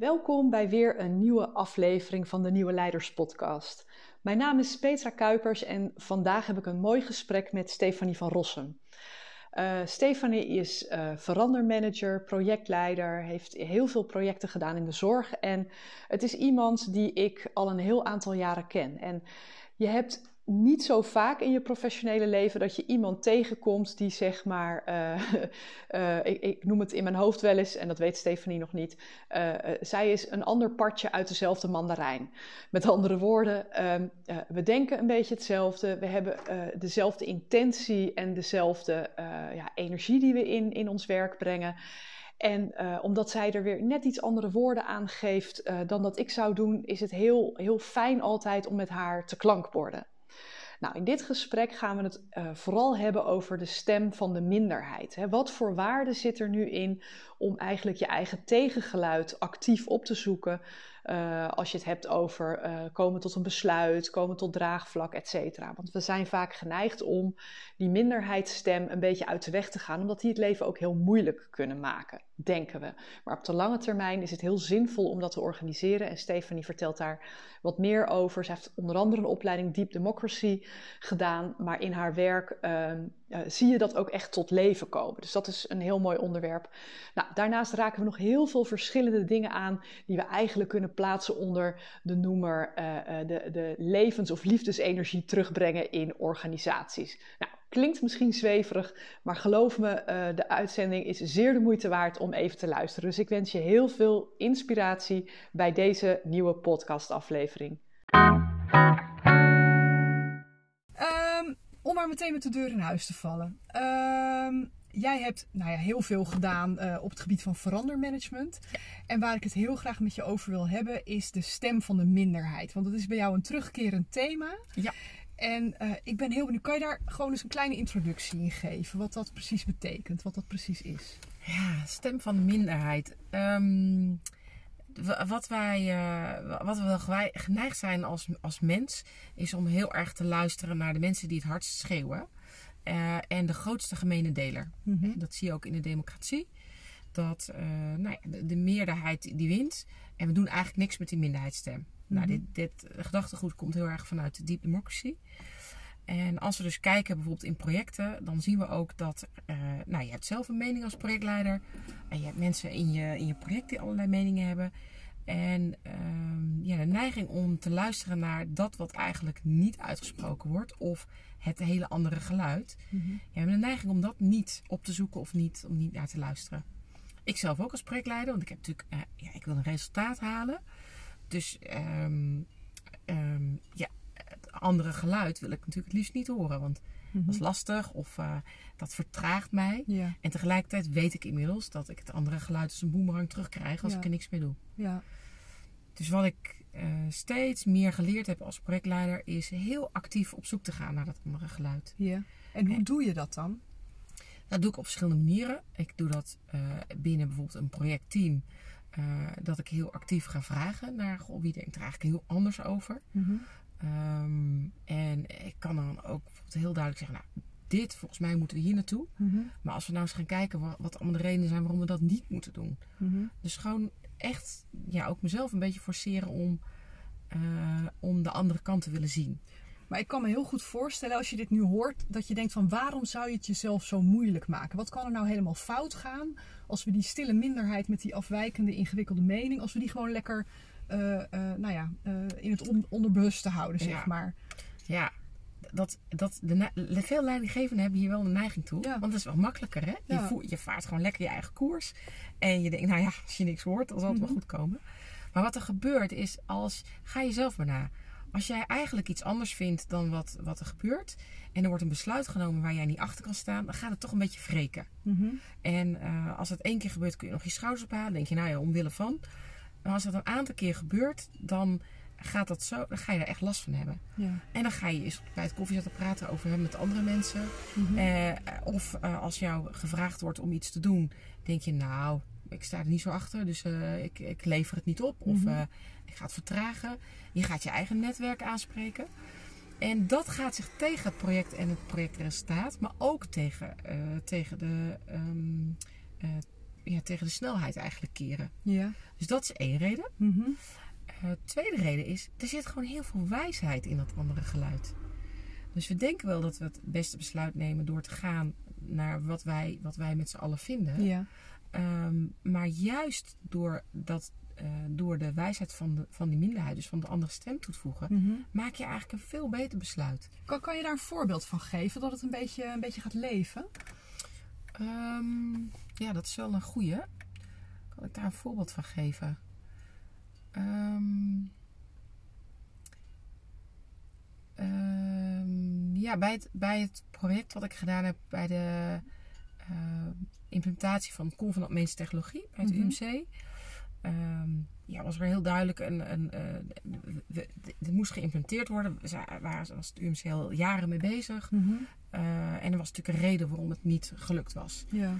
Welkom bij weer een nieuwe aflevering van de Nieuwe Leiders Podcast. Mijn naam is Petra Kuipers en vandaag heb ik een mooi gesprek met Stefanie van Rossum. Stefanie is verandermanager, projectleider, heeft heel veel projecten gedaan in de zorg en het is iemand die ik al een heel aantal jaren ken. En je hebt niet zo vaak in je professionele leven dat je iemand tegenkomt die zeg maar, ik noem het in mijn hoofd wel eens, en dat weet Stefanie nog niet, zij is een ander partje uit dezelfde mandarijn. Met andere woorden, we denken een beetje hetzelfde, we hebben dezelfde intentie en dezelfde energie die we in ons werk brengen. En omdat zij er weer net iets andere woorden aan geeft dan dat ik zou doen, is het heel, heel fijn altijd om met haar te klankborden. Nou, in dit gesprek gaan we het vooral hebben over de stem van de minderheid. Hè? Wat voor waarde zit er nu in om eigenlijk je eigen tegengeluid actief op te zoeken als je het hebt over komen tot een besluit, komen tot draagvlak, et cetera. Want we zijn vaak geneigd om die minderheidsstem een beetje uit de weg te gaan, omdat die het leven ook heel moeilijk kunnen maken, denken we. Maar op de lange termijn is het heel zinvol om dat te organiseren en Stefanie vertelt daar wat meer over. Ze heeft onder andere een opleiding Deep Democracy gedaan, maar in haar werk zie je dat ook echt tot leven komen. Dus dat is een heel mooi onderwerp. Nou, daarnaast raken we nog heel veel verschillende dingen aan die we eigenlijk kunnen plaatsen onder de noemer de levens- of liefdesenergie terugbrengen in organisaties. Nou, klinkt misschien zweverig, maar geloof me, de uitzending is zeer de moeite waard om even te luisteren. Dus ik wens je heel veel inspiratie bij deze nieuwe podcastaflevering. Om maar meteen met de deur in huis te vallen. Jij hebt heel veel gedaan op het gebied van verandermanagement. Ja. En waar ik het heel graag met je over wil hebben is de stem van de minderheid. Want dat is bij jou een terugkerend thema. Ja. En ik ben heel benieuwd, kan je daar gewoon eens een kleine introductie in geven? Wat dat precies betekent, wat dat precies is? Ja, stem van de minderheid. Wat we geneigd zijn als mens, is om heel erg te luisteren naar de mensen die het hardst schreeuwen. En de grootste gemene deler. Mm-hmm. Dat zie je ook in de democratie. Dat de meerderheid die wint. En we doen eigenlijk niks met die minderheidsstem. Mm-hmm. Nou, dit gedachtegoed komt heel erg vanuit de Deep Democracy. En als we dus kijken bijvoorbeeld in projecten, dan zien we ook dat je hebt zelf een mening als projectleider. En je hebt mensen in je project die allerlei meningen hebben. En de neiging om te luisteren naar dat wat eigenlijk niet uitgesproken wordt. Of het hele andere geluid. Mm-hmm. Ja, we hebben de neiging om dat niet op te zoeken of niet naar te luisteren. Ik zelf ook als projectleider, want ik heb natuurlijk, ik wil een resultaat halen. Dus het andere geluid wil ik natuurlijk het liefst niet horen. Want dat is lastig of dat vertraagt mij. Ja. En tegelijkertijd weet ik inmiddels dat ik het andere geluid als een boemerang terugkrijg als ik er niks mee doe. Ja. Dus wat ik steeds meer geleerd heb als projectleider is heel actief op zoek te gaan naar dat andere geluid. Ja. En hoe doe je dat dan? Dat doe ik op verschillende manieren. Ik doe dat binnen bijvoorbeeld een projectteam. Dat ik heel actief ga vragen naar wie denkt er eigenlijk heel anders over. Mm-hmm. En ik kan dan ook bijvoorbeeld heel duidelijk zeggen, dit volgens mij moeten we hier naartoe. Mm-hmm. Maar als we nou eens gaan kijken wat allemaal de redenen zijn waarom we dat niet moeten doen. Mm-hmm. Dus gewoon echt ook mezelf een beetje forceren om de andere kant te willen zien. Maar ik kan me heel goed voorstellen als je dit nu hoort, dat je denkt van waarom zou je het jezelf zo moeilijk maken? Wat kan er nou helemaal fout gaan als we die stille minderheid met die afwijkende ingewikkelde mening, als we die gewoon lekker in het onderbewuste houden, zeg maar. Ja, veel leidinggevenden hebben hier wel een neiging toe. Ja. Want dat is wel makkelijker, hè? Ja. Je vaart gewoon lekker je eigen koers. En je denkt, als je niks hoort, dan zal het wel goed komen. Maar wat er gebeurt is, ga jezelf maar na. Als jij eigenlijk iets anders vindt dan wat er gebeurt, en er wordt een besluit genomen waar jij niet achter kan staan, dan gaat het toch een beetje wreken. Mm-hmm. En als het 1 keer gebeurt, kun je nog je schouders ophalen. Dan denk je, omwille van. Maar als dat een aantal keer gebeurt, dan gaat dat zo, dan ga je er echt last van hebben. Ja. En dan ga je eens bij het koffiezetten praten over hem met andere mensen. Mm-hmm. Of als jou gevraagd wordt om iets te doen, denk je, ik sta er niet zo achter, dus ik lever het niet op. Mm-hmm. Of ik ga het vertragen. Je gaat je eigen netwerk aanspreken. En dat gaat zich tegen het project en het projectresultaat, maar ook tegen tegen de snelheid eigenlijk keren. Ja. Dus dat is 1 reden. Mhm. Tweede reden is, er zit gewoon heel veel wijsheid in dat andere geluid. Dus we denken wel dat we het beste besluit nemen door te gaan naar wat wij met z'n allen vinden. Ja. Maar juist door de wijsheid van die minderheid, dus van de andere stem toe te voegen, maak je eigenlijk een veel beter besluit. Kan je daar een voorbeeld van geven, dat het een beetje gaat leven? Ja, dat is wel een goeie. Kan ik daar een voorbeeld van geven? Ja, bij het project wat ik gedaan heb bij de implementatie van Convenant Medische Technologie bij het UMC. Was er heel duidelijk dit moest geïmplementeerd worden. Was het UMC al jaren mee bezig. En er was natuurlijk een reden waarom het niet gelukt was. Ja.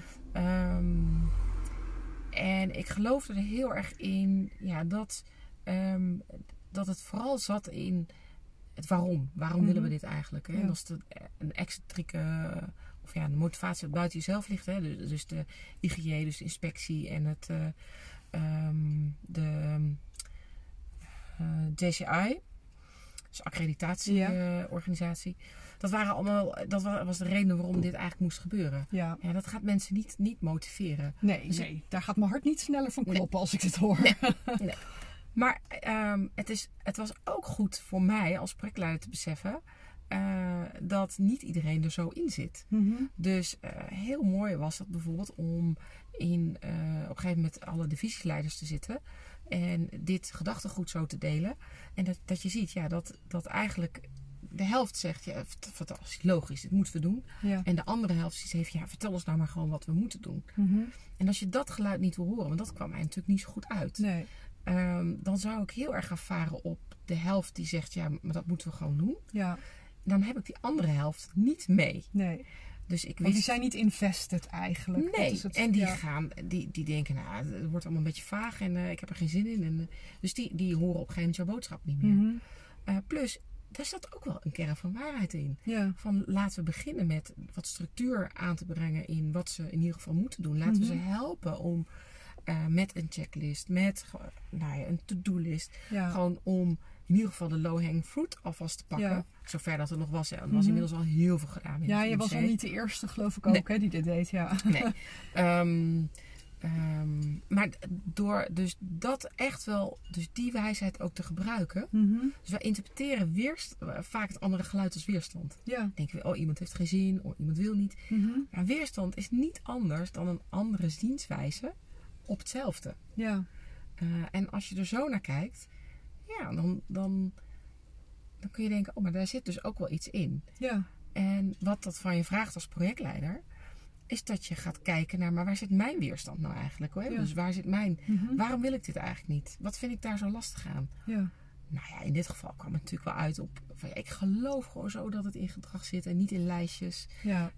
En ik geloofde er heel erg in dat het vooral zat in het waarom. Waarom willen we dit eigenlijk? Hè? Ja. En als het een excentrieke de motivatie dat buiten jezelf ligt. Hè? Dus de IGJ, dus de inspectie en de JCI, dus accreditatieorganisatie. Dat was de reden waarom dit eigenlijk moest gebeuren. Ja. Ja, dat gaat mensen niet motiveren. Nee, daar gaat mijn hart niet sneller van kloppen als ik dit hoor. Nee. Maar het was ook goed voor mij als projectleider te beseffen dat niet iedereen er zo in zit. Dus heel mooi was het bijvoorbeeld om op een gegeven moment alle divisieleiders te zitten en dit gedachtegoed zo te delen. En dat je ziet dat eigenlijk de helft zegt, ja, fantastisch, logisch, dit moeten we doen. Ja. En de andere helft zegt, ja, vertel ons nou maar gewoon wat we moeten doen. En als je dat geluid niet wil horen, want dat kwam mij natuurlijk niet zo goed uit. Nee. Dan zou ik heel erg gaan varen op de helft die zegt, ja, maar dat moeten we gewoon doen. Ja. Dan heb ik die andere helft niet mee. Nee. Dus want die zijn niet invested eigenlijk. Nee, en die denken, nou, het wordt allemaal een beetje vaag en ik heb er geen zin in. Dus die horen op een gegeven moment jouw boodschap niet meer. Plus, daar zat ook wel een kern van waarheid in. Ja. Van laten we beginnen met wat structuur aan te brengen in wat ze in ieder geval moeten doen. Laten we ze helpen om met een checklist, met een to-do-list, gewoon om in ieder geval de low-hanging fruit alvast te pakken. Ja. Zover dat er nog was. Er was inmiddels al heel veel gedaan. Ja, je was al niet de eerste, geloof ik ook, hè, die dit deed. Ja. Nee. Maar door dus dat echt wel, dus die wijsheid ook te gebruiken. Dus wij interpreteren vaak het andere geluid als weerstand. Ja. Denken we, iemand heeft geen zin, iemand wil niet. Maar weerstand is niet anders dan een andere zienswijze op hetzelfde. Ja. En als je er zo naar kijkt, ja, dan kun je denken, maar daar zit dus ook wel iets in. Ja. En wat dat van je vraagt als projectleider, is dat je gaat kijken naar, maar waar zit mijn weerstand nou eigenlijk? Hoor? Ja. Dus waar zit waarom wil ik dit eigenlijk niet? Wat vind ik daar zo lastig aan? Ja. Nou ja, in dit geval kwam het natuurlijk wel uit op, van, ik geloof gewoon zo dat het in gedrag zit en niet in lijstjes. Ja.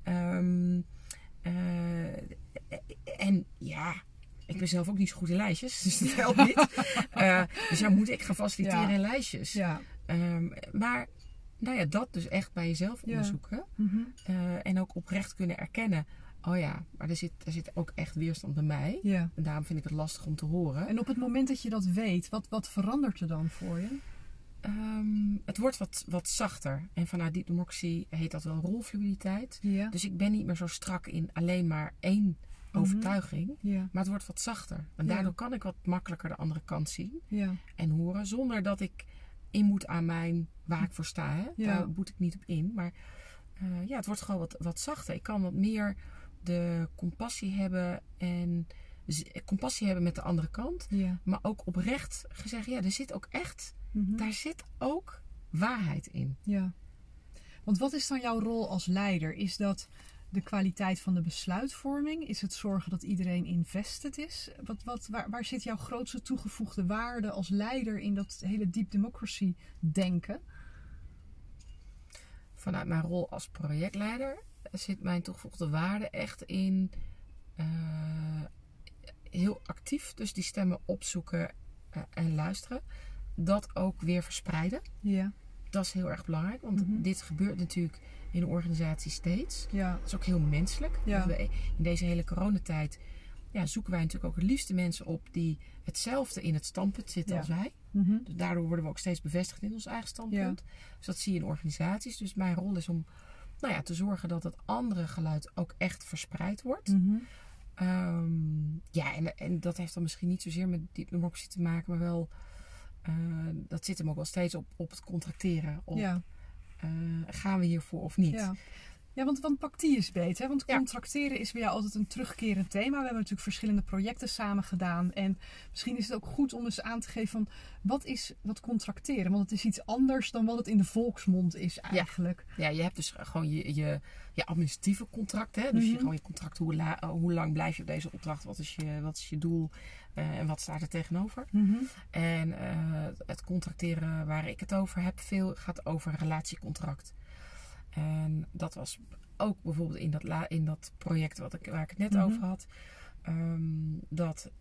En ja, ik ben zelf ook niet zo goed in lijstjes, dus dat helpt niet. Dus dan moet ik gaan faciliteren in lijstjes. Ja. Maar nou ja, dat dus echt bij jezelf onderzoeken. En ook oprecht kunnen erkennen. Oh ja, maar er zit ook echt weerstand bij mij. Ja. En daarom vind ik het lastig om te horen. En op het moment dat je dat weet, wat verandert er dan voor je? Het wordt wat zachter. En vanuit Deep Democracy heet dat wel rolfluiditeit. Ja. Dus ik ben niet meer zo strak in alleen maar één overtuiging. Ja. Maar het wordt wat zachter. En daardoor kan ik wat makkelijker de andere kant zien. Ja. En horen. Zonder dat ik in moet aan waar ik voor sta. Hè? Ja. Daar moet ik niet op in. Maar het wordt gewoon wat zachter. Ik kan wat meer de compassie hebben. En compassie hebben met de andere kant. Ja. Maar ook oprecht gezegd. Ja, er zit ook echt. Daar zit ook waarheid in. Ja. Want wat is dan jouw rol als leider? Is dat de kwaliteit van de besluitvorming? Is het zorgen dat iedereen invested is? Waar zit jouw grootste toegevoegde waarde als leider in dat hele Deep Democracy denken? Vanuit mijn rol als projectleider zit mijn toegevoegde waarde echt in heel actief, dus die stemmen opzoeken en luisteren. Dat ook weer verspreiden. Ja. Dat is heel erg belangrijk, want dit gebeurt natuurlijk in de organisatie steeds. Ja. Dat is ook heel menselijk. Ja. Dat we in deze hele coronatijd zoeken wij natuurlijk ook het liefste mensen op die hetzelfde in het standpunt zitten als wij. Mm-hmm. Dus daardoor worden we ook steeds bevestigd in ons eigen standpunt. Ja. Dus dat zie je in organisaties. Dus mijn rol is om te zorgen dat het andere geluid ook echt verspreid wordt. Mm-hmm. En dat heeft dan misschien niet zozeer met deep democracy te maken, maar wel dat zit hem ook wel steeds op het contracteren. Gaan we hiervoor of niet? Ja, want pak die is beter. Want contracteren is bij jou altijd een terugkerend thema. We hebben natuurlijk verschillende projecten samen gedaan. En misschien is het ook goed om eens aan te geven van wat is dat contracteren? Want het is iets anders dan wat het in de volksmond is eigenlijk. Ja, je hebt dus gewoon je administratieve contract. Hè? Dus gewoon je contract, hoe lang blijf je op deze opdracht? Wat is je doel? En wat staat er tegenover? Mm-hmm. En het contracteren waar ik het over heb, veel gaat over een relatiecontract. En dat was ook bijvoorbeeld in dat project waar ik het net over had. Dat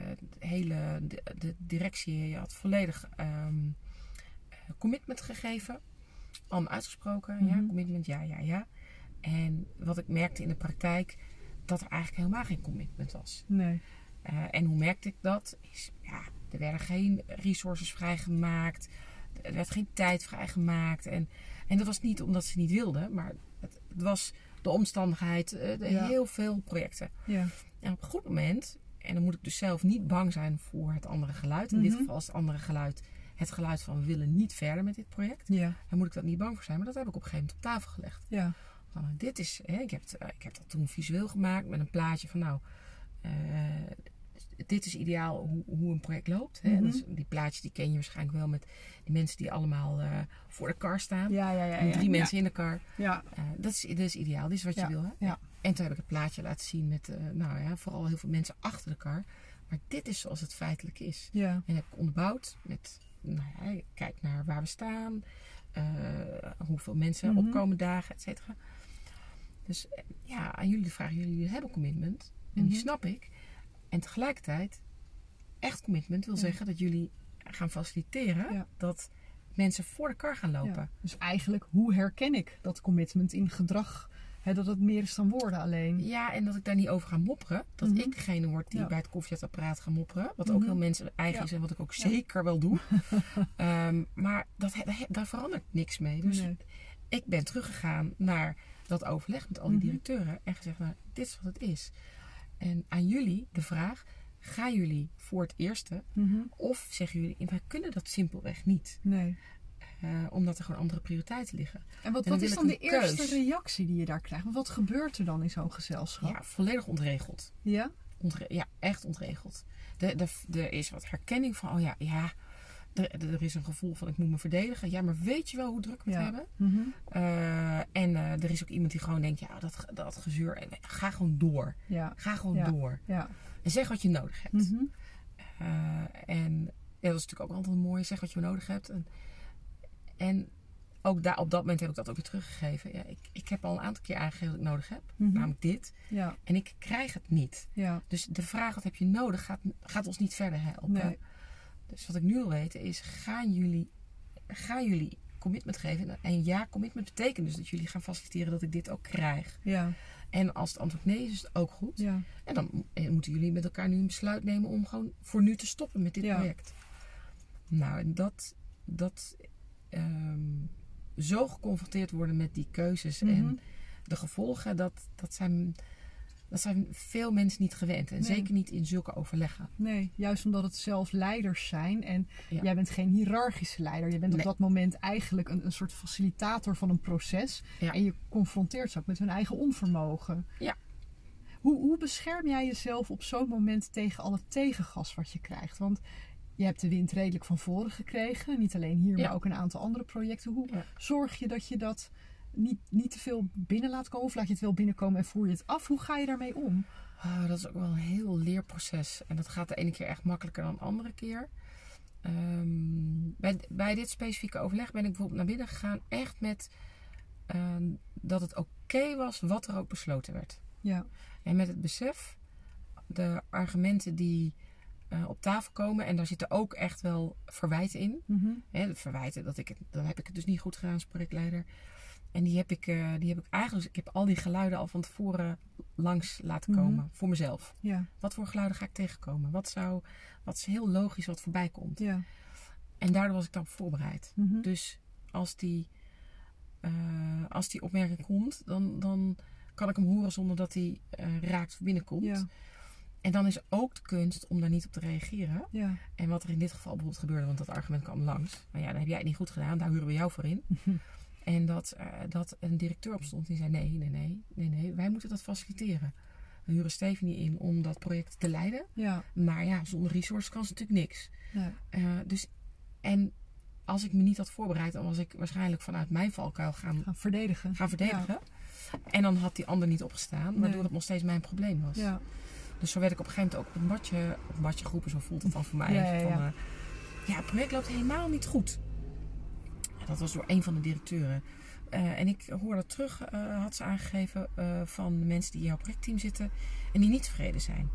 de directie had volledig commitment gegeven. Allemaal uitgesproken. Ja, commitment, ja. En wat ik merkte in de praktijk, dat er eigenlijk helemaal geen commitment was. Nee. En hoe merkte ik dat? Er werden geen resources vrijgemaakt. Er werd geen tijd vrijgemaakt. En dat was niet omdat ze niet wilden, maar het was de omstandigheid, heel veel projecten. Ja. En op een goed moment, en dan moet ik dus zelf niet bang zijn voor het andere geluid. In dit geval is het andere geluid het geluid van we willen niet verder met dit project. Ja. Dan moet ik dat niet bang voor zijn, maar dat heb ik op een gegeven moment op tafel gelegd. Ja. Dit is, ik heb dat toen visueel gemaakt met een plaatje van dit is ideaal hoe een project loopt. Hè? Dus die plaatjes die ken je waarschijnlijk wel met die mensen die allemaal voor de kar staan. Ja, 3 mensen in de kar. Ja. Dat is ideaal. Dit is wat je wil. Hè? Ja. En toen heb ik het plaatje laten zien met vooral heel veel mensen achter de kar. Maar dit is zoals het feitelijk is. Ja. En heb ik onderbouwd met, kijk naar waar we staan. Hoeveel mensen opkomen dagen, et cetera. Dus aan jullie de vraag, jullie hebben commitment. En die snap ik. En tegelijkertijd, echt commitment wil zeggen dat jullie gaan faciliteren dat mensen voor de kar gaan lopen. Ja. Dus eigenlijk, hoe herken ik dat commitment in gedrag? Dat het meer is dan woorden alleen. Ja, en dat ik daar niet over ga mopperen. Dat ik degene word die bij het koffiezetapparaat gaat mopperen. Wat ook heel mensen eigen is en wat ik ook zeker wel doe. Maar daar verandert niks mee. Dus ik ben teruggegaan naar dat overleg met al die directeuren. En gezegd, dit is wat het is. En aan jullie de vraag, gaan jullie voor het eerste? Of zeggen jullie, wij kunnen dat simpelweg niet. Nee. Omdat er gewoon andere prioriteiten liggen. En wat is dan de eerste reactie die je daar krijgt? Wat gebeurt er dan in zo'n gezelschap? Ja, volledig ontregeld. Ja? Echt ontregeld. Er is wat herkenning van, er is een gevoel van ik moet me verdedigen. Ja, maar weet je wel hoe druk we het hebben? En er is ook iemand die gewoon denkt, dat gezeur. Ga gewoon door. Ja. Ga gewoon door. Ja. En zeg wat je nodig hebt. En dat is natuurlijk ook altijd mooi. Zeg wat je nodig hebt. En ook op dat moment heb ik dat ook weer teruggegeven. Ja, ik heb al een aantal keer aangegeven wat ik nodig heb. Namelijk dit. Ja. En ik krijg het niet. Ja. Dus de vraag wat heb je nodig gaat ons niet verder helpen. Nee. Dus wat ik nu wil weten is, gaan jullie commitment geven? En commitment betekent dus dat jullie gaan faciliteren dat ik dit ook krijg. Ja. En als het antwoord nee is, is het ook goed. Ja. En dan moeten jullie met elkaar nu een besluit nemen om gewoon voor nu te stoppen met dit project. Nou, en dat zo geconfronteerd worden met die keuzes en de gevolgen, dat zijn veel mensen niet gewend. En zeker niet in zulke overleggen. Nee, juist omdat het zelf leiders zijn. En jij bent geen hiërarchische leider. Je bent op dat moment eigenlijk een soort facilitator van een proces. Ja. En je confronteert ze ook met hun eigen onvermogen. Ja. Hoe bescherm jij jezelf op zo'n moment tegen al het tegengas wat je krijgt? Want je hebt de wind redelijk van voren gekregen. Niet alleen hier, maar ook een aantal andere projecten. Hoe zorg je dat je dat niet te veel binnen laat komen? Of laat je het wel binnenkomen en voer je het af? Hoe ga je daarmee om? Dat is ook wel een heel leerproces. En dat gaat de ene keer echt makkelijker dan de andere keer. Bij dit specifieke overleg ben ik bijvoorbeeld naar binnen gegaan. Echt met dat het oké was wat er ook besloten werd. Ja. En met het besef, de argumenten die op tafel komen. En daar zitten ook echt wel verwijten in. De verwijten dan heb ik het dus niet goed gedaan als projectleider. En die heb ik eigenlijk... Ik heb al die geluiden al van tevoren langs laten komen. Voor mezelf. Ja. Wat voor geluiden ga ik tegenkomen? Wat is heel logisch wat voorbij komt? Ja. En daardoor was ik dan voorbereid. Mhm. Dus als die opmerking komt, dan kan ik hem horen zonder dat hij raakt of binnenkomt. Ja. En dan is ook de kunst om daar niet op te reageren. Ja. En wat er in dit geval bijvoorbeeld gebeurde, want dat argument kwam langs. Maar ja, dan heb jij het niet goed gedaan, daar huren we jou voor in. En dat een directeur opstond die zei, nee, wij moeten dat faciliteren. We huren Stephanie in om dat project te leiden. Ja. Maar ja, zonder resources kan ze natuurlijk niks. Ja. En als ik me niet had voorbereid, dan was ik waarschijnlijk vanuit mijn valkuil gaan verdedigen. Ja. En dan had die ander niet opgestaan, waardoor het nog steeds mijn probleem was. Ja. Dus zo werd ik op een gegeven moment ook op een badje geroepen, zo voelt het dan voor mij. Het project loopt helemaal niet goed. En dat was door een van de directeuren. En ik hoorde terug, had ze aangegeven, van de mensen die in jouw projectteam zitten en die niet tevreden zijn.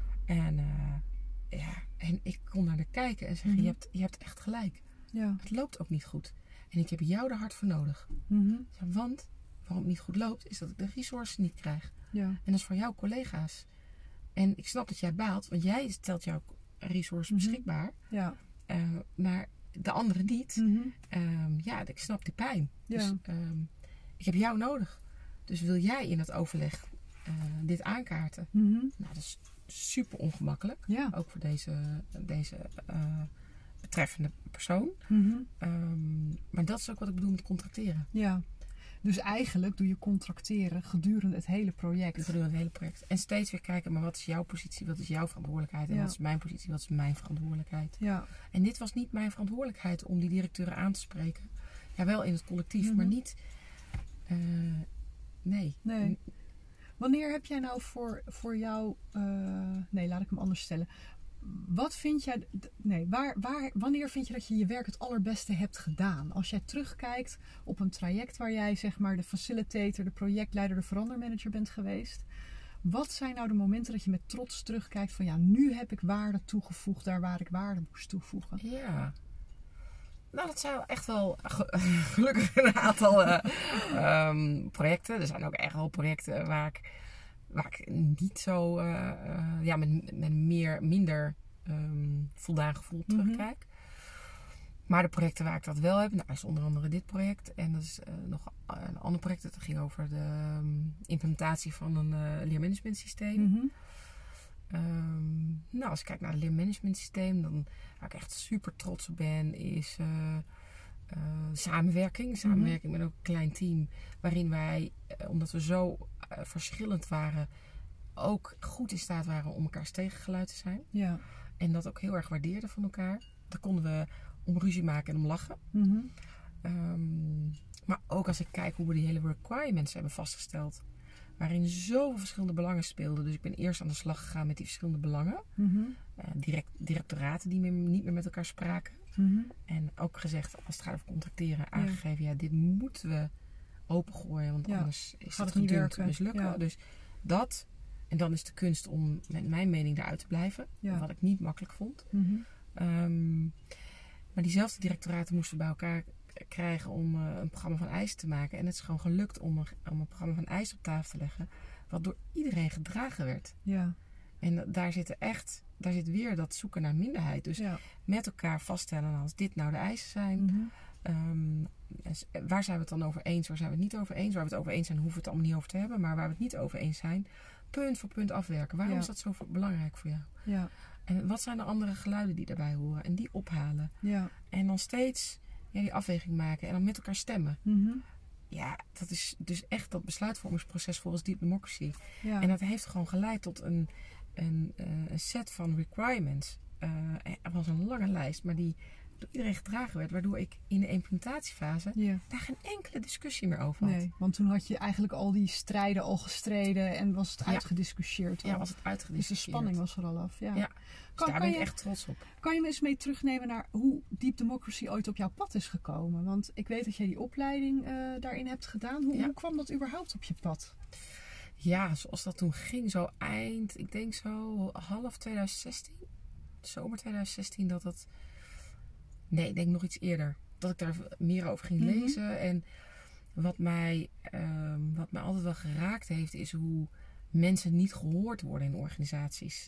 En ik kon naar haar kijken en zeggen, je hebt echt gelijk. Ja. Het loopt ook niet goed. En ik heb jou er hard voor nodig. Want waarom het niet goed loopt, is dat ik de resources niet krijg. Ja. En dat is voor jouw collega's. En ik snap dat jij baalt, want jij stelt jouw resources beschikbaar. Ja. Maar de anderen niet. Ik snap die pijn. Ja. Dus ik heb jou nodig. Dus wil jij in dat overleg dit aankaarten? Nou, dat is super ongemakkelijk. Ja. Ook voor deze betreffende persoon. Maar dat is ook wat ik bedoel met contracteren. Ja. Dus eigenlijk doe je contracteren gedurende het hele project. Gedurende het hele project. En steeds weer kijken, maar wat is jouw positie? Wat is jouw verantwoordelijkheid? En wat is mijn positie? Wat is mijn verantwoordelijkheid? Ja. En dit was niet mijn verantwoordelijkheid om die directeuren aan te spreken. Ja, wel in het collectief, maar niet... Nee. Wanneer heb jij nou voor jou... laat ik hem anders stellen. Wat vind jij... wanneer vind je dat je je werk het allerbeste hebt gedaan? Als jij terugkijkt op een traject waar jij zeg maar de facilitator, de projectleider, de verandermanager bent geweest. Wat zijn nou de momenten dat je met trots terugkijkt van ja, nu heb ik waarde toegevoegd daar waar ik waarde moest toevoegen? Ja. Nou, dat zijn echt wel gelukkig een aantal projecten. Er zijn ook echt wel projecten waar ik niet zo met minder voldaan gevoel terugkijk. Maar de projecten waar ik dat wel heb, is onder andere dit project. En dat is nog een ander project. Dat ging over de implementatie van een leermanagementsysteem. Als ik kijk naar het leermanagementsysteem, dan waar ik echt super trots op ben, is samenwerking. Samenwerking met ook een klein team, waarin wij, omdat we zo verschillend waren, ook goed in staat waren om elkaars tegengeluid te zijn. Ja. En dat ook heel erg waardeerden van elkaar. Daar konden we om ruzie maken en om lachen. Maar ook als ik kijk hoe we die hele requirements hebben vastgesteld, waarin zoveel verschillende belangen speelden. Dus ik ben eerst aan de slag gegaan met die verschillende belangen. Directoraten die niet meer met elkaar spraken. En ook gezegd, als het gaat over contracteren, aangegeven, dit moeten we opengooien, want anders is het gedumpt te mislukken. Ja. Dus dat, en dan is de kunst om met mijn mening eruit te blijven. Wat ik niet makkelijk vond. Maar diezelfde directoraten moesten bij elkaar krijgen om een programma van eisen te maken. En het is gewoon gelukt om een programma van eisen op tafel te leggen, wat door iedereen gedragen werd. Ja. En daar zit weer dat zoeken naar minderheid. Dus met elkaar vaststellen, als dit nou de eisen zijn, waar zijn we het dan over eens, waar zijn we het niet over eens? Waar we het over eens zijn, hoeven we het allemaal niet over te hebben. Maar waar we het niet over eens zijn, punt voor punt afwerken. Waarom is dat zo belangrijk voor jou? Ja. En wat zijn de andere geluiden die daarbij horen? En die ophalen. Ja. En dan steeds die afweging maken. En dan met elkaar stemmen. Ja, dat is dus echt dat besluitvormingsproces volgens Deep Democracy. Ja. En dat heeft gewoon geleid tot een set van requirements. Er was een lange lijst, maar die door iedereen gedragen werd. Waardoor ik in de implementatiefase daar geen enkele discussie meer over had. Nee, want toen had je eigenlijk al die strijden al gestreden en was het uitgediscussieerd. Ja, was het uitgediscussieerd. Dus de spanning was er al af. Ja. Dus daar ben ik echt trots op. Kan je me eens mee terugnemen naar hoe Deep Democracy ooit op jouw pad is gekomen? Want ik weet dat jij die opleiding daarin hebt gedaan. Hoe kwam dat überhaupt op je pad? Ja, zoals dat toen ging, zo eind, ik denk zo half 2016. Zomer 2016 dat het... Nee, ik denk nog iets eerder. Dat ik daar meer over ging lezen. En wat mij altijd wel geraakt heeft, is hoe mensen niet gehoord worden in organisaties.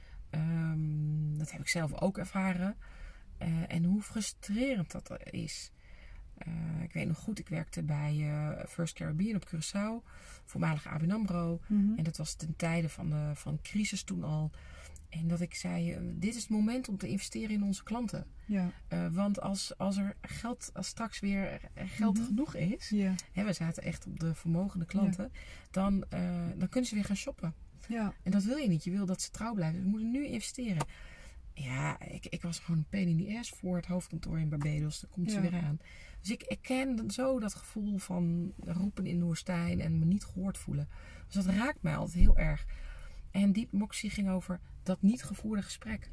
Dat heb ik zelf ook ervaren. En hoe frustrerend dat is. Ik weet nog goed, ik werkte bij First Caribbean op Curaçao, voormalig ABN AMRO. En dat was ten tijde van crisis toen al. En dat ik zei, dit is het moment om te investeren in onze klanten. Ja. Want als straks weer geld genoeg is, we zaten echt op de vermogende klanten, dan kunnen ze weer gaan shoppen. Ja. En dat wil je niet. Je wil dat ze trouw blijven. We moeten nu investeren. Ja, ik was gewoon een pain in the ass voor het hoofdkantoor in Barbados. Daar komt ze weer aan. Dus ik ken zo dat gevoel van roepen in de woestijn en me niet gehoord voelen. Dus dat raakt mij altijd heel erg. En Deep Democracy ging over dat niet gevoerde gesprek.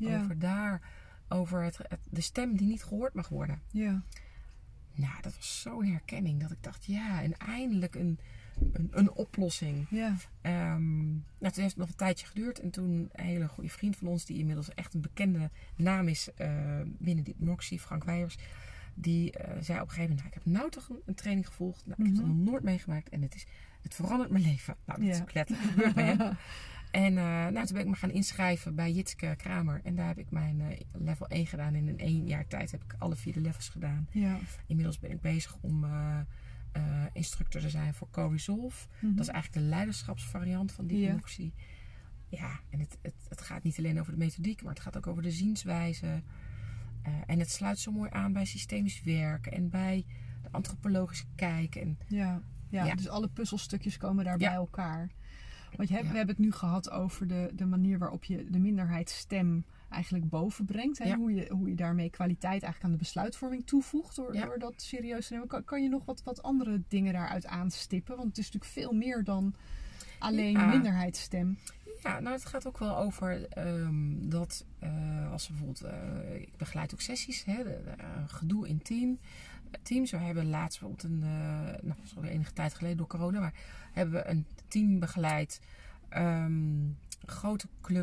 Over de stem die niet gehoord mag worden. Ja. Nou, dat was zo'n herkenning dat ik dacht, en eindelijk een oplossing. Ja. Toen heeft het nog een tijdje geduurd. En toen een hele goede vriend van ons, die inmiddels echt een bekende naam is binnen Deep Democracy, Frank Weijers, die zei op een gegeven moment, ik heb nou toch een training gevolgd. Nou, ik heb het nog nooit meegemaakt en het verandert mijn leven. Nou, dat is ook letterlijk gebeurd bij hem. En toen ben ik me gaan inschrijven bij Jitske Kramer. En daar heb ik mijn level 1 gedaan. En in 1 jaar tijd heb ik alle 4 de levels gedaan. Ja. Inmiddels ben ik bezig om instructor te zijn voor Co-Resolve. Dat is eigenlijk de leiderschapsvariant van die democratie. Ja, en het gaat niet alleen over de methodiek, maar het gaat ook over de zienswijze. En het sluit zo mooi aan bij systemisch werken en bij de antropologische kijk. En, dus alle puzzelstukjes komen daar bij elkaar. Want we hebben het nu gehad over de manier waarop je de minderheidsstem eigenlijk boven brengt. Hè? Hoe je daarmee kwaliteit eigenlijk aan de besluitvorming toevoegt door dat serieus te nemen. Kan je nog wat andere dingen daaruit aanstippen? Want het is natuurlijk veel meer dan alleen minderheidsstem. Ja, nou het gaat ook wel over dat als bijvoorbeeld, ik begeleid ook sessies, gedoe in teams. We hebben laatst bijvoorbeeld dat is alweer enige tijd geleden door corona, maar hebben we een team begeleid. Een grote club,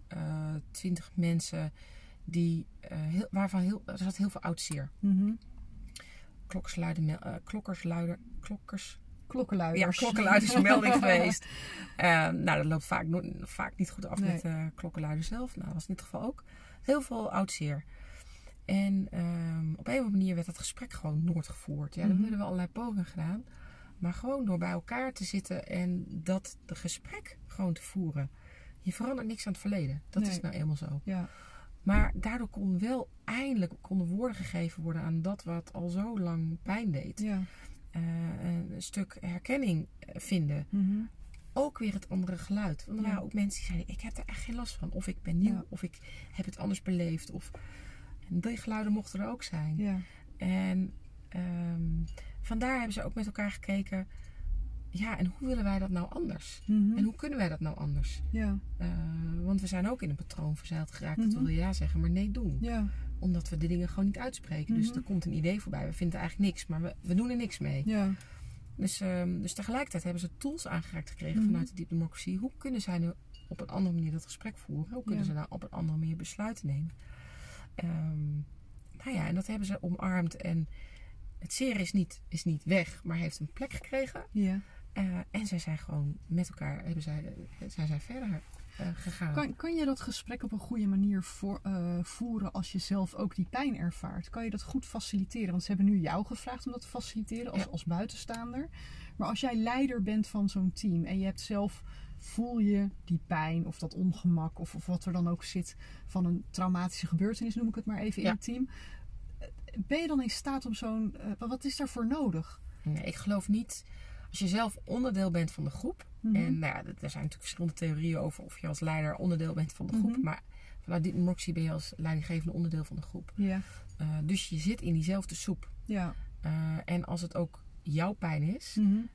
20 mensen, waarvan er zat heel veel oud-zeer. Klokkenluiders. Ja, klokkenluidersmelding geweest. Dat loopt vaak niet goed af met klokkenluiders zelf. Nou, dat was in dit geval ook. Heel veel oud-zeer. En op een of andere manier werd dat gesprek gewoon nooit gevoerd. Ja, dan hebben we allerlei pogingen gedaan. Maar gewoon door bij elkaar te zitten en dat de gesprek gewoon te voeren. Je verandert niks aan het verleden. Dat is nou eenmaal zo. Ja. Maar daardoor eindelijk konden woorden gegeven worden aan dat wat al zo lang pijn deed. Ja. Een stuk herkenning vinden. Ook weer het andere geluid. Want er waren ook mensen die zeiden, ik heb er echt geen last van. Of ik ben nieuw, of ik heb het anders beleefd. En die geluiden mochten er ook zijn. Ja. En vandaar hebben ze ook met elkaar gekeken. Ja, en hoe willen wij dat nou anders? En hoe kunnen wij dat nou anders? Ja. Want we zijn ook in een patroon verzeild geraakt. Dat we willen ja zeggen, maar nee doen. Ja. Omdat we de dingen gewoon niet uitspreken. Dus er komt een idee voorbij. We vinden eigenlijk niks, maar we doen er niks mee. Ja. Dus tegelijkertijd hebben ze tools aangereikt gekregen vanuit de Deep Democracy. Hoe kunnen zij nu op een andere manier dat gesprek voeren? Hoe kunnen ze nou op een andere manier besluiten nemen? En dat hebben ze omarmd. En het zeer is niet weg, maar heeft een plek gekregen. Ja. En zij zijn gewoon met elkaar zijn verder gegaan. Kan je dat gesprek op een goede manier voeren als je zelf ook die pijn ervaart? Kan je dat goed faciliteren? Want ze hebben nu jou gevraagd om dat te faciliteren als buitenstaander. Maar als jij leider bent van zo'n team en je hebt zelf, voel je die pijn of dat ongemak of wat er dan ook zit van een traumatische gebeurtenis, noem ik het maar even, in het team. Ben je dan in staat om wat is daarvoor nodig? Nee, ik geloof niet. Als je zelf onderdeel bent van de groep. En er zijn natuurlijk verschillende theorieën over of je als leider onderdeel bent van de groep. Maar vanuit Deep Democracy ben je als leidinggevende onderdeel van de groep. Ja. Dus je zit in diezelfde soep. Ja. En als het ook jouw pijn is.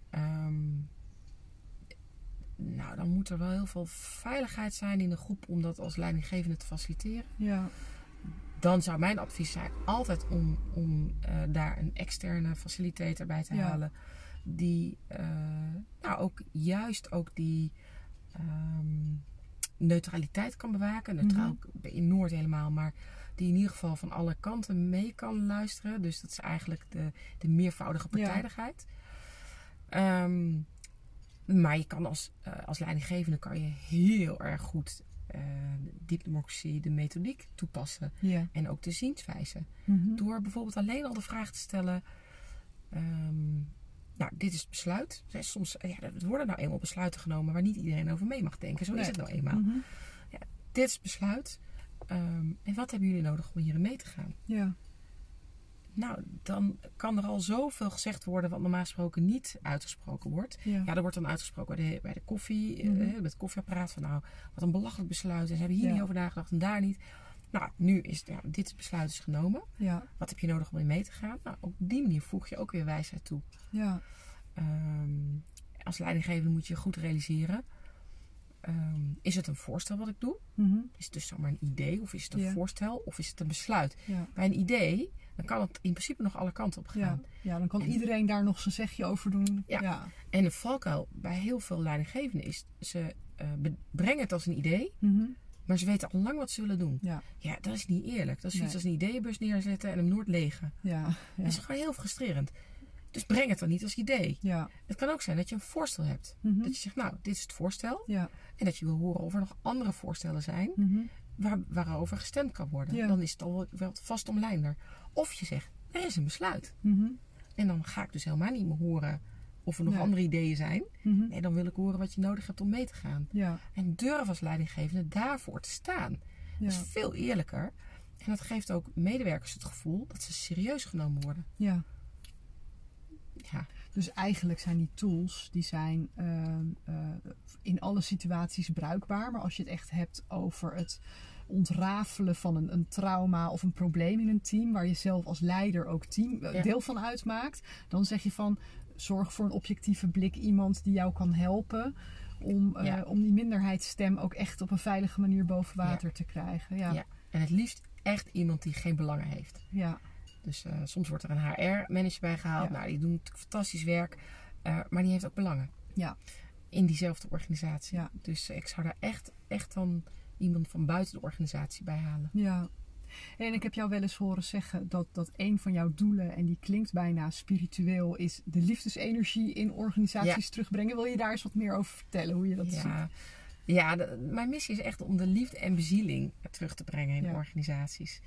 Dan moet er wel heel veel veiligheid zijn in de groep om dat als leidinggevende te faciliteren. Ja. Dan zou mijn advies zijn altijd om daar een externe facilitator bij te halen. Die ook die neutraliteit kan bewaken. Neutraal in Noord helemaal, maar die in ieder geval van alle kanten mee kan luisteren. Dus dat is eigenlijk de meervoudige partijdigheid. Maar je kan als leidinggevende kan je heel erg goed deep democracy, de methodiek toepassen. Yeah. En ook de zienswijze. Mm-hmm. Door bijvoorbeeld alleen al de vraag te stellen... dit is het besluit. Soms er worden nou eenmaal besluiten genomen waar niet iedereen over mee mag denken. Zo is het nou eenmaal. Mm-hmm. Ja, dit is het besluit. En wat hebben jullie nodig om hierin mee te gaan? Ja. Nou, dan kan er al zoveel gezegd worden wat normaal gesproken niet uitgesproken wordt. Ja. Ja, er wordt dan uitgesproken bij de koffie, met het koffieapparaat van nou, wat een belachelijk besluit. En ze hebben hier niet over nagedacht en daar niet. Nou, nu is dit besluit is genomen. Ja. Wat heb je nodig om in mee te gaan? Nou, op die manier voeg je ook weer wijsheid toe. Ja. Als leidinggevende moet je goed realiseren. Is het een voorstel wat ik doe? Mm-hmm. Is het dus zomaar een idee? Of is het een voorstel? Of is het een besluit? Ja. Bij een idee, dan kan het in principe nog alle kanten op gaan. Ja, dan kan iedereen daar nog zijn zegje over doen. Ja. En de valkuil bij heel veel leidinggevenden is... ze brengen het als een idee... Mm-hmm. maar ze weten al lang wat ze willen doen. Ja, dat is niet eerlijk. Dat is zoiets als een ideeënbus neerzetten en hem nooit legen. Ja. Dat is gewoon heel frustrerend. Dus breng het dan niet als idee. Ja. Het kan ook zijn dat je een voorstel hebt. Mm-hmm. Dat je zegt, nou, dit is het voorstel. Ja. En dat je wil horen of er nog andere voorstellen zijn... Mm-hmm. waarover gestemd kan worden. Ja. Dan is het al wel vast omlijnder. Of je zegt, er is een besluit. Mm-hmm. En dan ga ik dus helemaal niet meer horen of er nog andere ideeën zijn. Mm-hmm. Nee, dan wil ik horen wat je nodig hebt om mee te gaan. Ja. En durf als leidinggevende daarvoor te staan. Dat is veel eerlijker. En dat geeft ook medewerkers het gevoel dat ze serieus genomen worden. Ja. Ja. Dus eigenlijk zijn die tools, die zijn in alle situaties bruikbaar. Maar als je het echt hebt over het ontrafelen van een trauma of een probleem in een team, waar je zelf als leider ook deel van uitmaakt, dan zeg je van, zorg voor een objectieve blik, iemand die jou kan helpen om die minderheidsstem ook echt op een veilige manier boven water te krijgen. Ja. En het liefst echt iemand die geen belangen heeft. Ja. Dus soms wordt er een HR-manager bij gehaald. Ja. Nou, die doen natuurlijk fantastisch werk. Maar die heeft ook belangen. Ja. In diezelfde organisatie. Ja. Dus ik zou daar echt dan iemand van buiten de organisatie bij halen. Ja. En ik heb jou wel eens horen zeggen dat een van jouw doelen, en die klinkt bijna spiritueel, is de liefdesenergie in organisaties terugbrengen. Wil je daar eens wat meer over vertellen, hoe je dat ziet? Ja, mijn missie is echt om de liefde en bezieling terug te brengen in organisaties.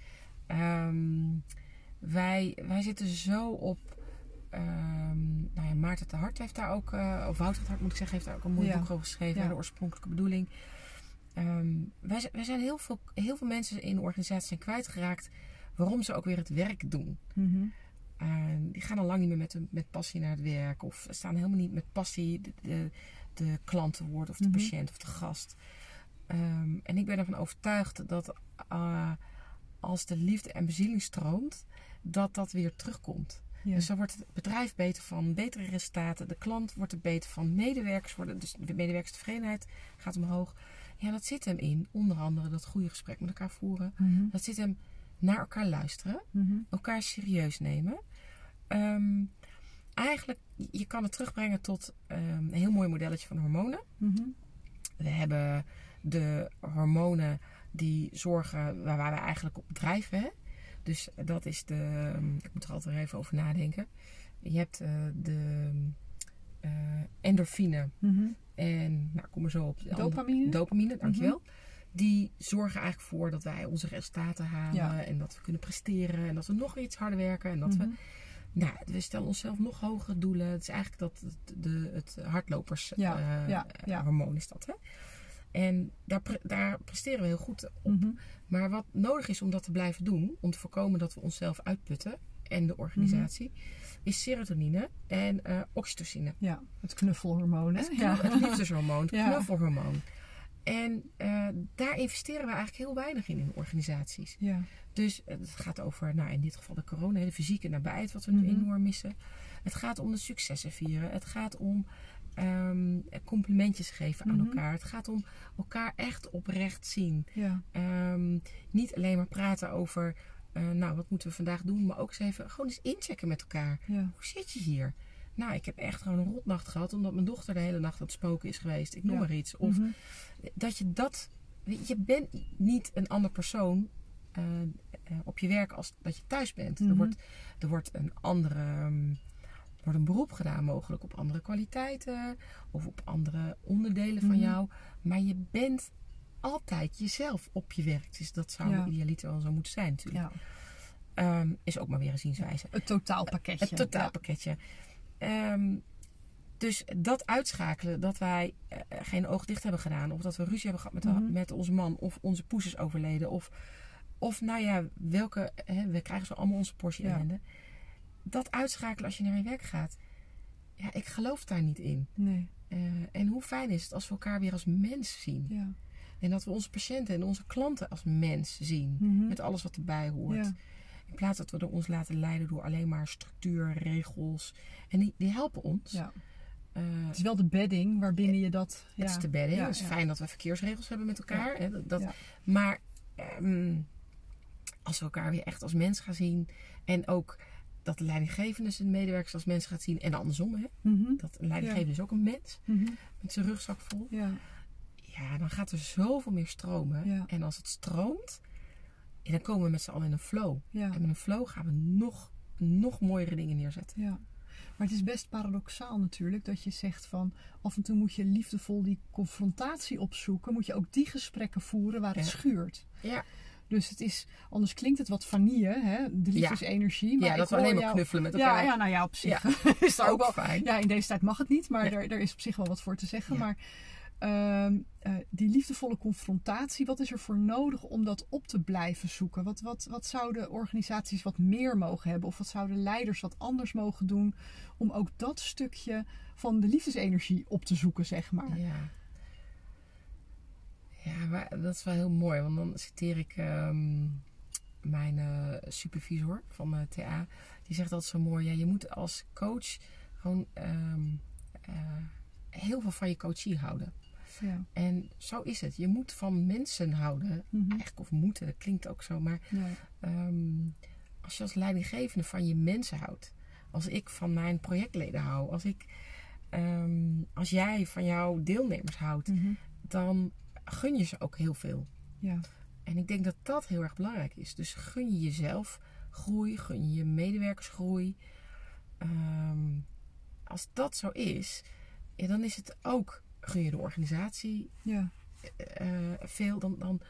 Wij zitten zo op... Maarten de Hart heeft daar ook... of Wouter de Hart moet ik zeggen, heeft daar ook een mooi boek over geschreven. De oorspronkelijke bedoeling. Wij zijn heel veel mensen in de organisatie zijn kwijtgeraakt waarom ze ook weer het werk doen. Mm-hmm. Die gaan al lang niet meer met passie naar het werk. Of staan helemaal niet met passie de klant te woord of de patiënt of de gast. En ik ben ervan overtuigd dat als de liefde en bezieling stroomt, dat weer terugkomt. Ja. Dus dan wordt het bedrijf beter van, betere resultaten. De klant wordt er beter van. Dus de medewerkerstevredenheid gaat omhoog. Ja, dat zit hem in. Onder andere dat goede gesprek met elkaar voeren. Mm-hmm. Dat zit hem naar elkaar luisteren. Mm-hmm. Elkaar serieus nemen. Eigenlijk, je kan het terugbrengen tot een heel mooi modelletje van hormonen. Mm-hmm. We hebben de hormonen die zorgen waar we eigenlijk op drijven. Hè? Dus dat is ik moet er altijd even over nadenken. Je hebt de endorfine. Mm-hmm. En, kom maar zo op. Dopamine, dankjewel. Mm-hmm. Die zorgen eigenlijk voor dat wij onze resultaten halen. Ja. En dat we kunnen presteren. En dat we nog iets harder werken. En dat we stellen onszelf nog hogere doelen. Het is eigenlijk het hardlopers hormoon is dat. Hè? En daar presteren we heel goed op. Mm-hmm. Maar wat nodig is om dat te blijven doen, om te voorkomen dat we onszelf uitputten en de organisatie, is serotonine en oxytocine. Ja, het knuffelhormoon. Het liefdeshormoon, het knuffelhormoon. En daar investeren we eigenlijk heel weinig in organisaties. Ja. Dus het gaat over, in dit geval de corona, de fysieke nabijheid, wat we nu enorm missen. Het gaat om de successen vieren. Het gaat om complimentjes geven aan elkaar. Het gaat om elkaar echt oprecht zien. Ja. Niet alleen maar praten over wat moeten we vandaag doen, maar ook eens even gewoon eens inchecken met elkaar. Ja. Hoe zit je hier? Nou, ik heb echt gewoon een rotnacht gehad omdat mijn dochter de hele nacht aan het spoken is geweest. Ik noem maar iets. Of je bent niet een ander persoon op je werk als dat je thuis bent. Er wordt een andere wordt een beroep gedaan mogelijk op andere kwaliteiten of op andere onderdelen van jou. Maar je bent altijd jezelf op je werk. Dus dat zou idealiter wel zo moeten zijn natuurlijk. Ja. Is ook maar weer een zienswijze. Het totaalpakketje. Het totaalpakketje. Dus dat uitschakelen, dat wij geen oog dicht hebben gedaan. Of dat we ruzie hebben gehad met onze man. Of onze poes is overleden. Of nou ja, we krijgen zo allemaal onze portie ellende. Dat uitschakelen als je naar je werk gaat. Ja, ik geloof daar niet in. Nee. En hoe fijn is het als we elkaar weer als mens zien. Ja. En dat we onze patiënten en onze klanten als mens zien. Met alles wat erbij hoort. Ja. In plaats dat we ons laten leiden door alleen maar structuur, regels. En die helpen ons. Ja. Het is wel de bedding waarbinnen je dat... Het is de bedding. Het is fijn dat we verkeersregels hebben met elkaar. Ja. Hè, maar als we elkaar weer echt als mens gaan zien. En ook dat de leidinggevende zijn medewerkers als mens gaat zien. En andersom. Hè? Dat een leidinggevende is ook een mens. Met zijn rugzak vol. Ja, dan gaat er zoveel meer stromen. Ja. En als het stroomt, dan komen we met z'n allen in een flow. Ja. En met een flow gaan we nog mooiere dingen neerzetten. Ja. Maar het is best paradoxaal natuurlijk dat je zegt van af en toe moet je liefdevol die confrontatie opzoeken. Moet je ook die gesprekken voeren waar het schuurt. Ja. Dus het is, anders klinkt het wat vanille, hè? De liefdesenergie. Maar dat we alleen maar knuffelen met elkaar. Ja, nou ja, op zich is dat ook wel fijn. Ja, in deze tijd mag het niet, maar er is op zich wel wat voor te zeggen. Ja. Maar die liefdevolle confrontatie, wat is er voor nodig om dat op te blijven zoeken? Wat zouden organisaties wat meer mogen hebben? Of wat zouden leiders wat anders mogen doen om ook dat stukje van de liefdesenergie op te zoeken, zeg maar? Ja, maar dat is wel heel mooi. Want dan citeer ik mijn supervisor van TA. Die zegt altijd zo mooi. Ja, je moet als coach gewoon heel veel van je coachie houden. Ja. En zo is het. Je moet van mensen houden. Eigenlijk of moeten, dat klinkt ook zo. Maar als je als leidinggevende van je mensen houdt. Als ik van mijn projectleden hou. Als jij van jouw deelnemers houdt. Dan gun je ze ook heel veel. Ja. En ik denk dat dat heel erg belangrijk is. Dus gun je jezelf groei. Gun je je medewerkers groei. Als dat zo is. Ja, dan is het ook... Gun je de organisatie veel.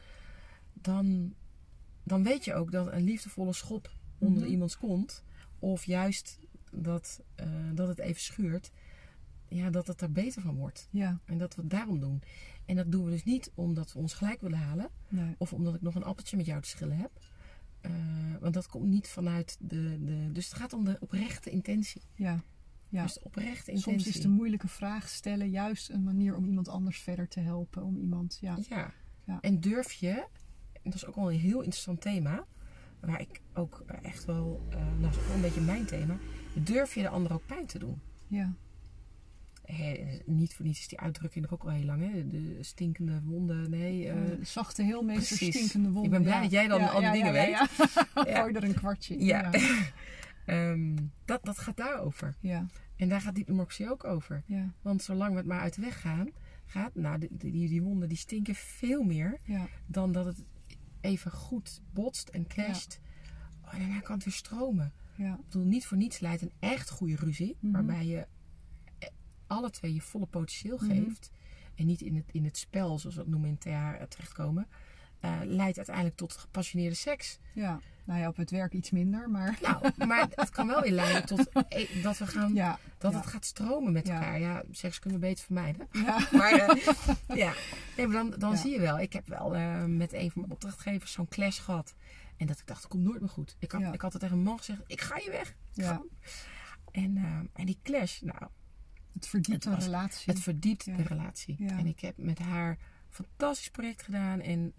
Dan weet je ook dat een liefdevolle schop onder iemands kont. Of juist dat het even schuurt. Ja, dat het er beter van wordt. Ja. En dat we het daarom doen. En dat doen we dus niet omdat we ons gelijk willen halen. Nee. Of omdat ik nog een appeltje met jou te schillen heb. Want dat komt niet vanuit Dus het gaat om de oprechte intentie. Ja. Ja. Dus de oprechte intentie. Soms is de moeilijke vraag stellen juist een manier om iemand anders verder te helpen. Om iemand, ja. En durf je, en dat is ook wel een heel interessant thema. Waar ik ook echt wel, dat is ook wel een beetje mijn thema. Durf je de ander ook pijn te doen? Ja. Niet voor niets is die uitdrukking nog ook al heel lang. Hè? De stinkende wonden. Nee, zachte heelmeester, stinkende wonden. Ik ben blij dat jij dan al die dingen weet. Ja. Gooi er een kwartje in. Ja. Dat gaat daarover. Ja. En daar gaat diplomatie ook over. Ja. Want zolang we het maar uit de weg gaat, nou, die wonden die stinken veel meer dan dat het even goed botst en clasht. Ja. En daarna kan het weer stromen. Ja. Ik bedoel, niet voor niets leidt een echt goede ruzie, waarbij je alle twee je volle potentieel geeft en niet in het spel, zoals we het noemen in TH, terechtkomen, leidt uiteindelijk tot gepassioneerde seks. Ja. Nou ja, op het werk iets minder, maar... Nou, maar het kan wel weer leiden tot dat we gaan... het gaat stromen met elkaar. Ja, seks kunnen we beter vermijden. Ja. Maar nee, maar dan zie je wel. Ik heb wel met een van mijn opdrachtgevers zo'n clash gehad. En dat ik dacht, het komt nooit meer goed. Ik had het tegen een man gezegd, ik ga je weg. Ja. En die clash, nou... Het verdiept de relatie. Het verdiept de relatie. Ja. En ik heb met haar... fantastisch project gedaan. En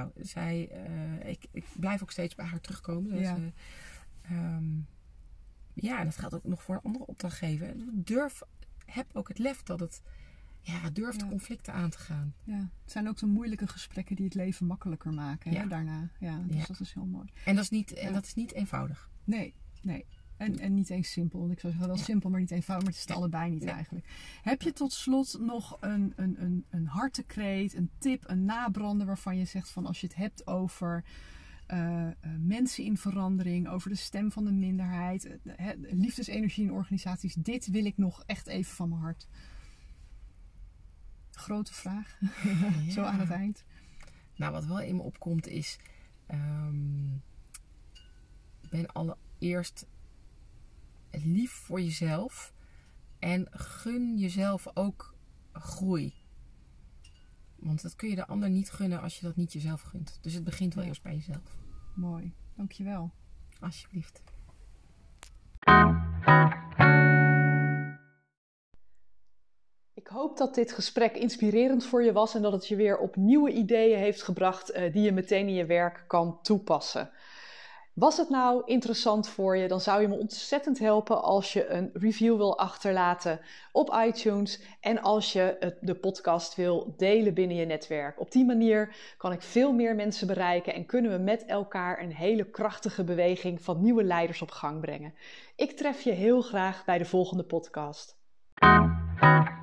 ik blijf ook steeds bij haar terugkomen. Dus, en dat geldt ook nog voor een andere opdrachtgever. Heb ook het lef dat het durft conflicten aan te gaan. Ja. Het zijn ook de moeilijke gesprekken die het leven makkelijker maken. Hè, daarna. Ja, dus dat is heel mooi. En dat is niet eenvoudig. Nee. En niet eens simpel. Want ik zou zeggen wel simpel, maar niet eenvoudig. Maar het is het allebei niet eigenlijk. Heb je tot slot nog een hartekreet, een tip, een nabrander waarvan je zegt van als je het hebt over mensen in verandering, over de stem van de minderheid, liefdesenergie in organisaties. Dit wil ik nog echt even van mijn hart. Grote vraag, Ja. zo aan het eind. Nou, wat wel in me opkomt is... ben allereerst lief voor jezelf. En gun jezelf ook groei. Want dat kun je de ander niet gunnen als je dat niet jezelf gunt. Dus het begint wel eerst bij jezelf. Mooi, dankjewel. Alsjeblieft. Ik hoop dat dit gesprek inspirerend voor je was en dat het je weer op nieuwe ideeën heeft gebracht die je meteen in je werk kan toepassen. Was het nou interessant voor je, dan zou je me ontzettend helpen als je een review wil achterlaten op iTunes en als je de podcast wil delen binnen je netwerk. Op die manier kan ik veel meer mensen bereiken en kunnen we met elkaar een hele krachtige beweging van nieuwe leiders op gang brengen. Ik tref je heel graag bij de volgende podcast.